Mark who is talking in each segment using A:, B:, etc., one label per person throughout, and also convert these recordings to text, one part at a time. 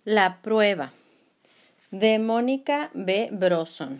A: La prueba, de Mónica B. Broson.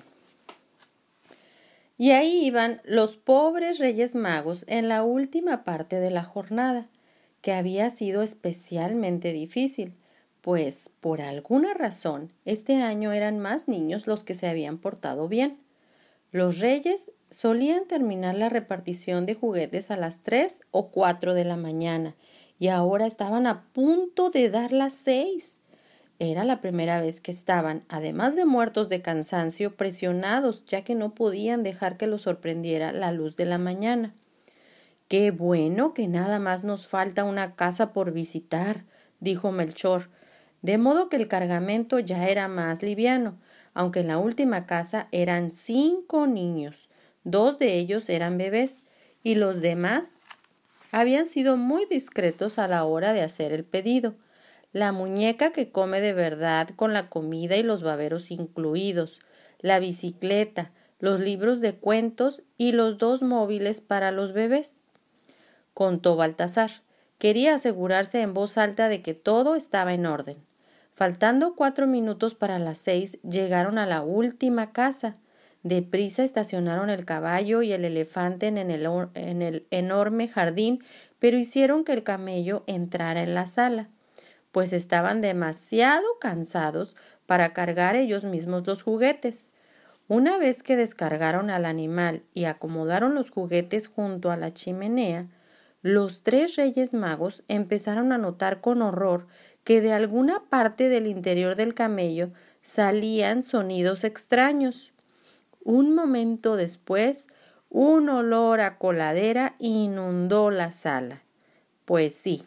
A: Y ahí iban los pobres Reyes Magos en la última parte de la jornada, que había sido especialmente difícil, pues por alguna razón este año eran más niños los que se habían portado bien. Los reyes solían terminar la repartición de juguetes a las 3 o 4 de la mañana y ahora estaban a punto de dar las 6. Era la primera vez que estaban, además de muertos de cansancio, presionados, ya que no podían dejar que los sorprendiera la luz de la mañana. «Qué bueno que nada más nos falta una casa por visitar», dijo Melchor, de modo que el cargamento ya era más liviano, aunque en la última casa eran 5 niños, 2 de ellos eran bebés, y los demás habían sido muy discretos a la hora de hacer el pedido. La muñeca que come de verdad con la comida y los baberos incluidos, la bicicleta, los libros de cuentos y los 2 móviles para los bebés. Contó Baltasar. Quería asegurarse en voz alta de que todo estaba en orden. Faltando 4 minutos para las 6, llegaron a la última casa. Deprisa estacionaron el caballo y el elefante en el enorme jardín, pero hicieron que el camello entrara en la sala, pues estaban demasiado cansados para cargar ellos mismos los juguetes. Una vez que descargaron al animal y acomodaron los juguetes junto a la chimenea, los 3 Reyes Magos empezaron a notar con horror que de alguna parte del interior del camello salían sonidos extraños. Un momento después, un olor a coladera inundó la sala. Pues sí,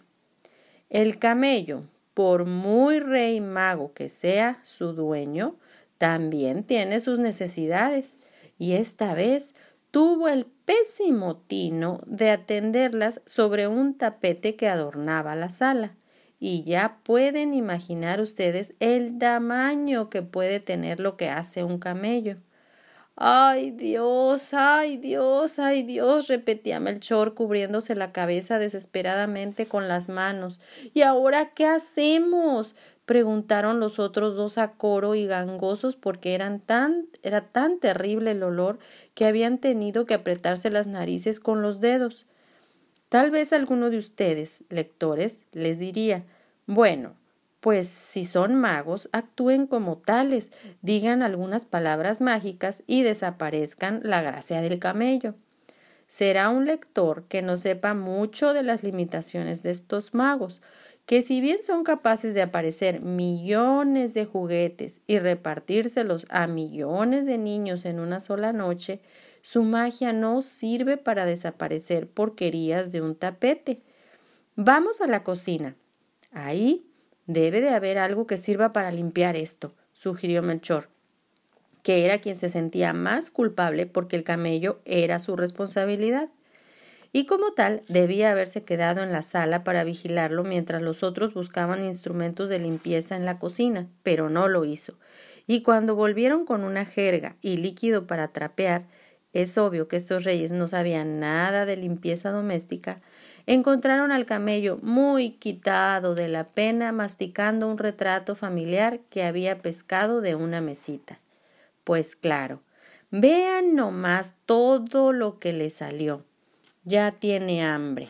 A: el camello, por muy rey mago que sea su dueño, también tiene sus necesidades, y esta vez tuvo el pésimo tino de atenderlas sobre un tapete que adornaba la sala, y ya pueden imaginar ustedes el tamaño que puede tener lo que hace un camello. ¡Ay, Dios! ¡Ay, Dios! ¡Ay, Dios!, repetía Melchor, cubriéndose la cabeza desesperadamente con las manos. ¿Y ahora qué hacemos?, preguntaron los otros 2 a coro y gangosos, porque era tan terrible el olor que habían tenido que apretarse las narices con los dedos. Tal vez alguno de ustedes, lectores, les diría: bueno, pues si son magos, actúen como tales, digan algunas palabras mágicas y desaparezcan la gracia del camello. Será un lector que no sepa mucho de las limitaciones de estos magos, que si bien son capaces de aparecer millones de juguetes y repartírselos a millones de niños en una sola noche, su magia no sirve para desaparecer porquerías de un tapete. Vamos a la cocina. Ahí debe de haber algo que sirva para limpiar esto, sugirió Melchor, que era quien se sentía más culpable porque el camello era su responsabilidad. Y como tal, debía haberse quedado en la sala para vigilarlo mientras los otros buscaban instrumentos de limpieza en la cocina, pero no lo hizo. Y cuando volvieron con una jerga y líquido para trapear, es obvio que estos reyes no sabían nada de limpieza doméstica, encontraron al camello muy quitado de la pena masticando un retrato familiar que había pescado de una mesita. Pues claro, vean nomás todo lo que le salió. Ya tiene hambre.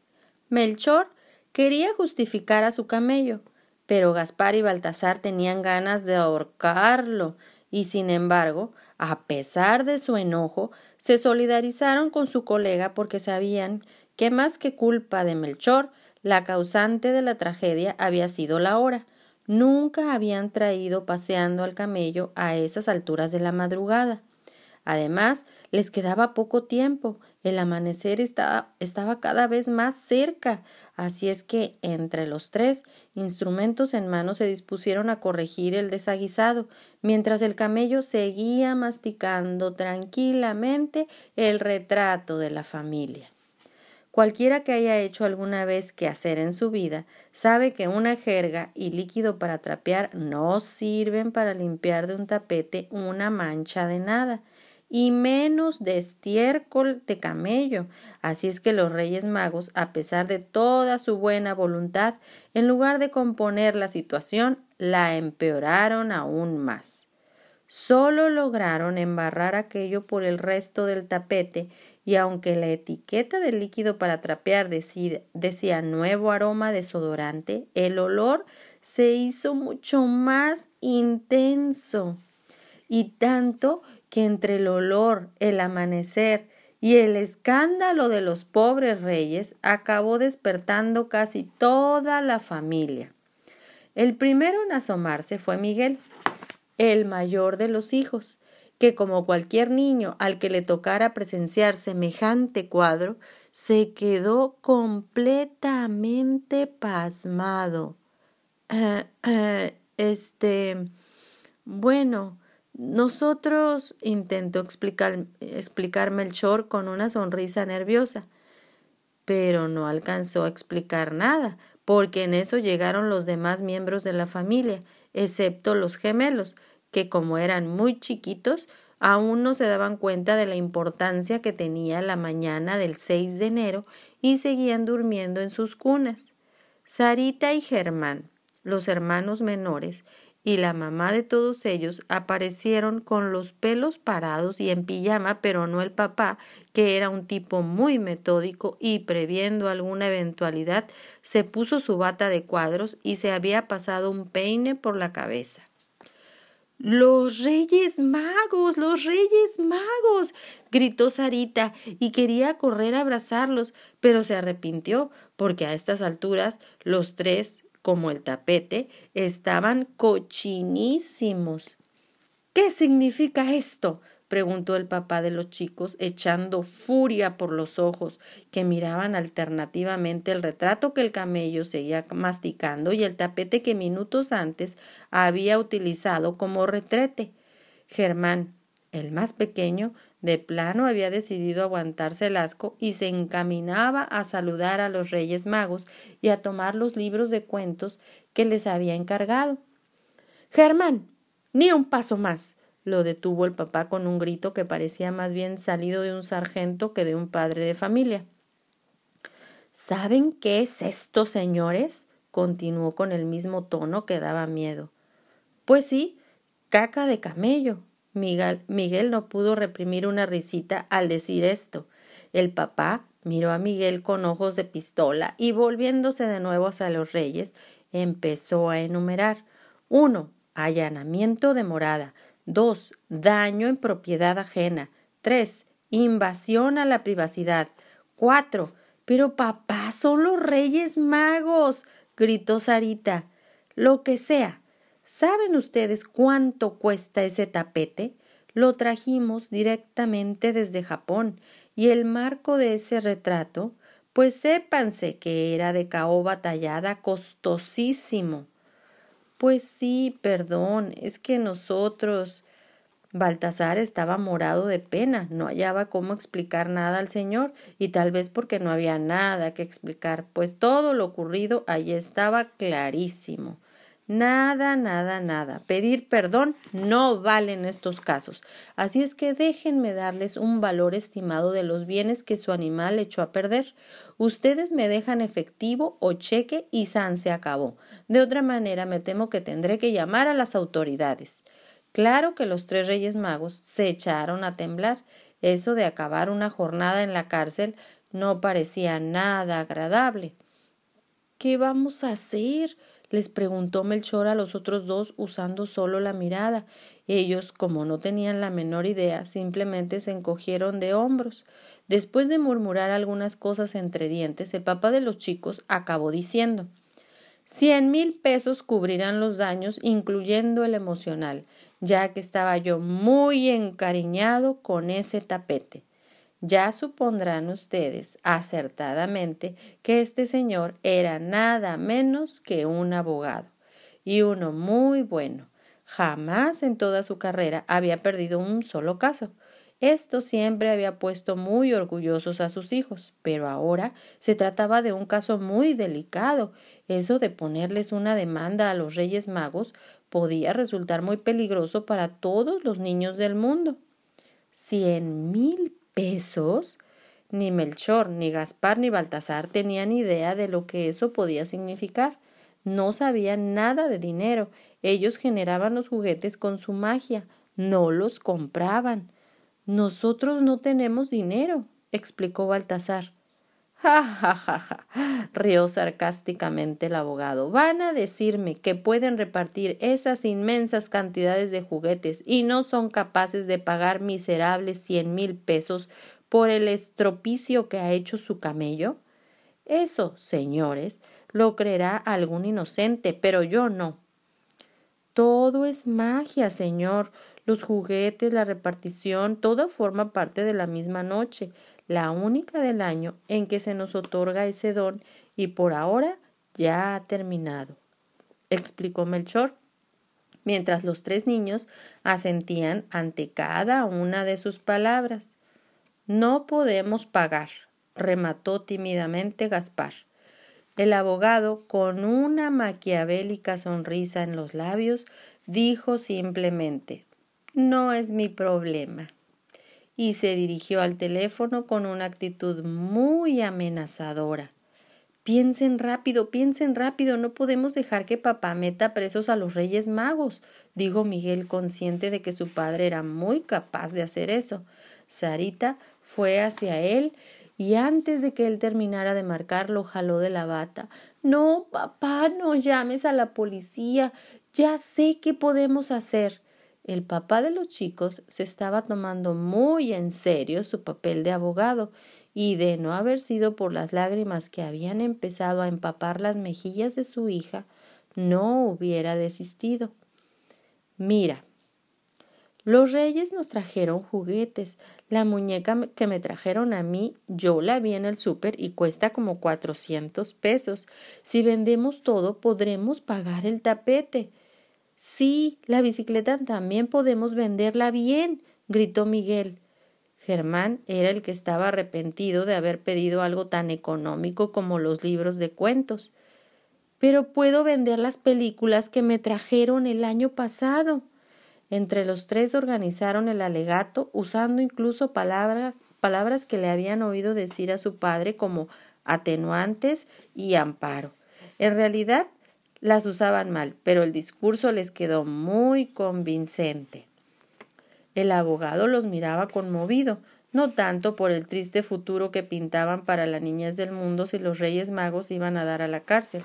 A: Melchor quería justificar a su camello, pero Gaspar y Baltasar tenían ganas de ahorcarlo y, sin embargo, a pesar de su enojo, se solidarizaron con su colega porque sabían que más que culpa de Melchor, la causante de la tragedia había sido la hora. Nunca habían traído paseando al camello a esas alturas de la madrugada. Además, les quedaba poco tiempo. El amanecer estaba cada vez más cerca, así es que, entre los 3, instrumentos en mano, se dispusieron a corregir el desaguisado, mientras el camello seguía masticando tranquilamente el retrato de la familia. Cualquiera que haya hecho alguna vez quehacer en su vida sabe que una jerga y líquido para trapear no sirven para limpiar de un tapete una mancha de nada, y menos de estiércol de camello. Así es que los Reyes Magos, a pesar de toda su buena voluntad, en lugar de componer la situación, la empeoraron aún más. Solo lograron embarrar aquello por el resto del tapete y aunque la etiqueta del líquido para trapear decía nuevo aroma desodorante, el olor se hizo mucho más intenso. Y tanto que entre el olor, el amanecer y el escándalo de los pobres reyes acabó despertando casi toda la familia. El primero en asomarse fue Miguel, el mayor de los hijos, que como cualquier niño al que le tocara presenciar semejante cuadro, se quedó completamente pasmado. Bueno, nosotros, intentó explicar Melchor con una sonrisa nerviosa, pero no alcanzó a explicar nada, porque en eso llegaron los demás miembros de la familia, excepto los gemelos, que como eran muy chiquitos, aún no se daban cuenta de la importancia que tenía la mañana del 6 de enero y seguían durmiendo en sus cunas. Sarita y Germán, los hermanos menores, y la mamá de todos ellos aparecieron con los pelos parados y en pijama, pero no el papá, que era un tipo muy metódico y previendo alguna eventualidad, se puso su bata de cuadros y se había pasado un peine por la cabeza. ¡Los Reyes Magos! ¡Los Reyes Magos! Gritó Sarita y quería correr a abrazarlos, pero se arrepintió, porque a estas alturas los tres, como el tapete, estaban cochinísimos. ¿Qué significa esto?, preguntó el papá de los chicos, echando furia por los ojos, que miraban alternativamente el retrato que el camello seguía masticando y el tapete que minutos antes había utilizado como retrete. Germán, el más pequeño, de plano había decidido aguantarse el asco y se encaminaba a saludar a los Reyes Magos y a tomar los libros de cuentos que les había encargado. Germán, ni un paso más, lo detuvo el papá con un grito que parecía más bien salido de un sargento que de un padre de familia. ¿Saben qué es esto, señores?, continuó con el mismo tono que daba miedo. Pues sí, caca de camello. Miguel no pudo reprimir una risita al decir esto. El papá miró a Miguel con ojos de pistola y volviéndose de nuevo hacia los Reyes, empezó a enumerar. 1. Allanamiento de morada. 2. Daño en propiedad ajena. 3. Invasión a la privacidad. 4. Pero papá, son los Reyes Magos, gritó Sarita. Lo que sea. ¿Saben ustedes cuánto cuesta ese tapete? Lo trajimos directamente desde Japón y el marco de ese retrato, pues sépanse que era de caoba tallada, costosísimo. Pues sí, perdón, es que nosotros... Baltasar estaba morado de pena, no hallaba cómo explicar nada al señor, y tal vez porque no había nada que explicar, pues todo lo ocurrido allí estaba clarísimo. Nada. Pedir perdón no vale en estos casos. Así es que déjenme darles un valor estimado de los bienes que su animal echó a perder. Ustedes me dejan efectivo o cheque y san se acabó. De otra manera me temo que tendré que llamar a las autoridades. Claro que los tres Reyes Magos se echaron a temblar. Eso de acabar una jornada en la cárcel no parecía nada agradable. ¿Qué vamos a hacer?, les preguntó Melchor a los otros dos usando solo la mirada. Ellos, como no tenían la menor idea, simplemente se encogieron de hombros. Después de murmurar algunas cosas entre dientes, el papá de los chicos acabó diciendo: 100,000 pesos cubrirán los daños, incluyendo el emocional, ya que estaba yo muy encariñado con ese tapete. Ya supondrán ustedes acertadamente que este señor era nada menos que un abogado, y uno muy bueno. Jamás en toda su carrera había perdido un solo caso. Esto siempre había puesto muy orgullosos a sus hijos, pero ahora se trataba de un caso muy delicado. Eso de ponerles una demanda a los Reyes Magos podía resultar muy peligroso para todos los niños del mundo. ¿100,000 pesos? Ni Melchor, ni Gaspar, ni Baltasar tenían idea de lo que eso podía significar. No sabían nada de dinero. Ellos generaban los juguetes con su magia, no los compraban. Nosotros no tenemos dinero, explicó Baltasar. Ja, ja, ja, ja, rió sarcásticamente el abogado. Van a decirme que pueden repartir esas inmensas cantidades de juguetes y no son capaces de pagar miserables 100,000 pesos por el estropicio que ha hecho su camello. Eso, señores, lo creerá algún inocente, pero yo no. Todo es magia, señor. Los juguetes, la repartición, todo forma parte de la misma noche, la única del año en que se nos otorga ese don, y por ahora ya ha terminado, explicó Melchor, mientras los tres niños asentían ante cada una de sus palabras. No podemos pagar, remató tímidamente Gaspar. El abogado, con una maquiavélica sonrisa en los labios, dijo simplemente: «No es mi problema», y se dirigió al teléfono con una actitud muy amenazadora. Piensen rápido, no podemos dejar que papá meta presos a los Reyes Magos», dijo Miguel, consciente de que su padre era muy capaz de hacer eso. Sarita fue hacia él y antes de que él terminara de marcar lo jaló de la bata. «No, papá, no llames a la policía. Ya sé qué podemos hacer». El papá de los chicos se estaba tomando muy en serio su papel de abogado, y de no haber sido por las lágrimas que habían empezado a empapar las mejillas de su hija, no hubiera desistido. «Mira, los reyes nos trajeron juguetes. La muñeca que me trajeron a mí, yo la vi en el súper y cuesta como 400 pesos. Si vendemos todo, podremos pagar el tapete». «Sí, la bicicleta también podemos venderla bien», gritó Miguel. Germán era el que estaba arrepentido de haber pedido algo tan económico como los libros de cuentos. «Pero puedo vender las películas que me trajeron el año pasado». Entre los tres organizaron el alegato, usando incluso palabras que le habían oído decir a su padre, como atenuantes y amparo. En realidad las usaban mal, pero el discurso les quedó muy convincente. El abogado los miraba conmovido, no tanto por el triste futuro que pintaban para la niñez del mundo si los Reyes Magos iban a dar a la cárcel,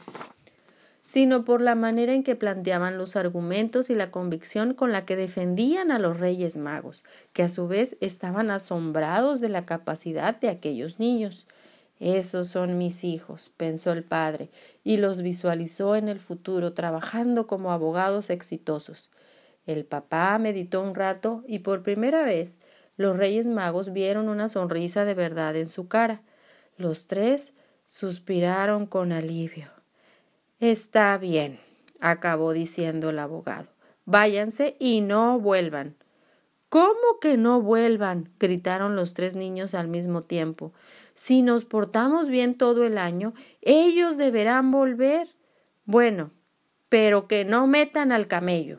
A: sino por la manera en que planteaban los argumentos y la convicción con la que defendían a los Reyes Magos, que a su vez estaban asombrados de la capacidad de aquellos niños. «Esos son mis hijos», pensó el padre, y los visualizó en el futuro trabajando como abogados exitosos. El papá meditó un rato y por primera vez los Reyes Magos vieron una sonrisa de verdad en su cara. Los tres suspiraron con alivio. «Está bien», acabó diciendo el abogado. «Váyanse y no vuelvan». «¿Cómo que no vuelvan?», gritaron los tres niños al mismo tiempo. «Si nos portamos bien todo el año, ellos deberán volver». «Bueno, pero que no metan al camello».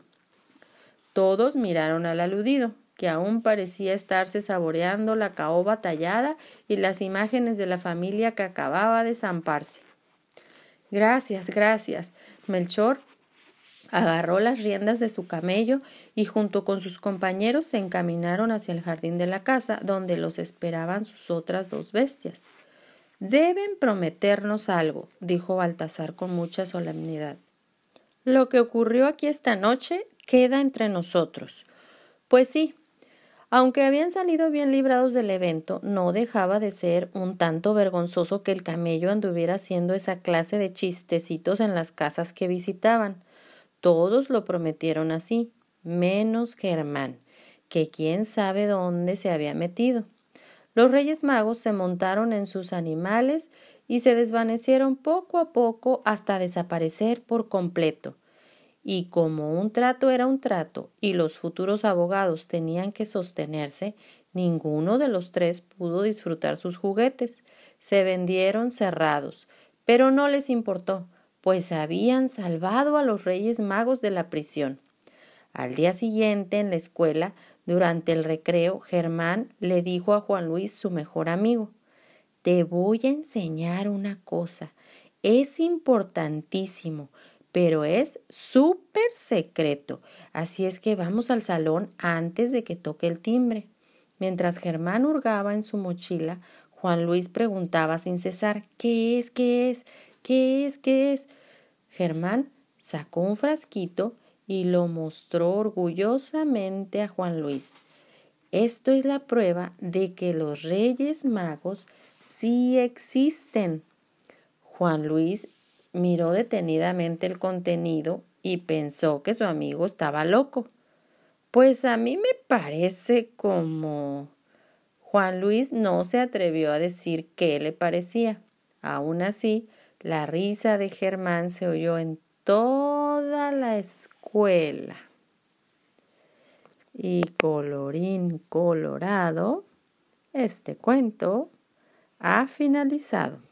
A: Todos miraron al aludido, que aún parecía estarse saboreando la caoba tallada y las imágenes de la familia que acababa de zamparse. «Gracias, gracias». Melchor agarró las riendas de su camello y junto con sus compañeros se encaminaron hacia el jardín de la casa, donde los esperaban sus otras dos bestias. «Deben prometernos algo», dijo Baltasar con mucha solemnidad. «Lo que ocurrió aquí esta noche queda entre nosotros». Pues sí, aunque habían salido bien librados del evento, no dejaba de ser un tanto vergonzoso que el camello anduviera haciendo esa clase de chistecitos en las casas que visitaban. Todos lo prometieron así, menos Germán, que quién sabe dónde se había metido. Los Reyes Magos se montaron en sus animales y se desvanecieron poco a poco hasta desaparecer por completo. Y como un trato era un trato y los futuros abogados tenían que sostenerse, ninguno de los tres pudo disfrutar sus juguetes. Se vendieron cerrados, pero no les importó, pues habían salvado a los Reyes Magos de la prisión. Al día siguiente, en la escuela, Durante el recreo, Germán le dijo a Juan Luis, su mejor amigo: te voy a enseñar una cosa. Es importantísimo, pero es súper secreto. Así es que vamos al salón antes de que toque el timbre. Mientras Germán hurgaba en su mochila, Juan Luis preguntaba sin cesar: ¿qué es? ¿Qué es? ¿Qué es? ¿Qué es? Germán sacó un frasquito y lo mostró orgullosamente a Juan Luis. Esto es la prueba de que los Reyes Magos sí existen. Juan Luis miró detenidamente el contenido y pensó que su amigo estaba loco. Pues a mí me parece como... Juan Luis no se atrevió a decir qué le parecía. Aún así, la risa de Germán se oyó en toda la escuela. Y colorín colorado, este cuento ha finalizado.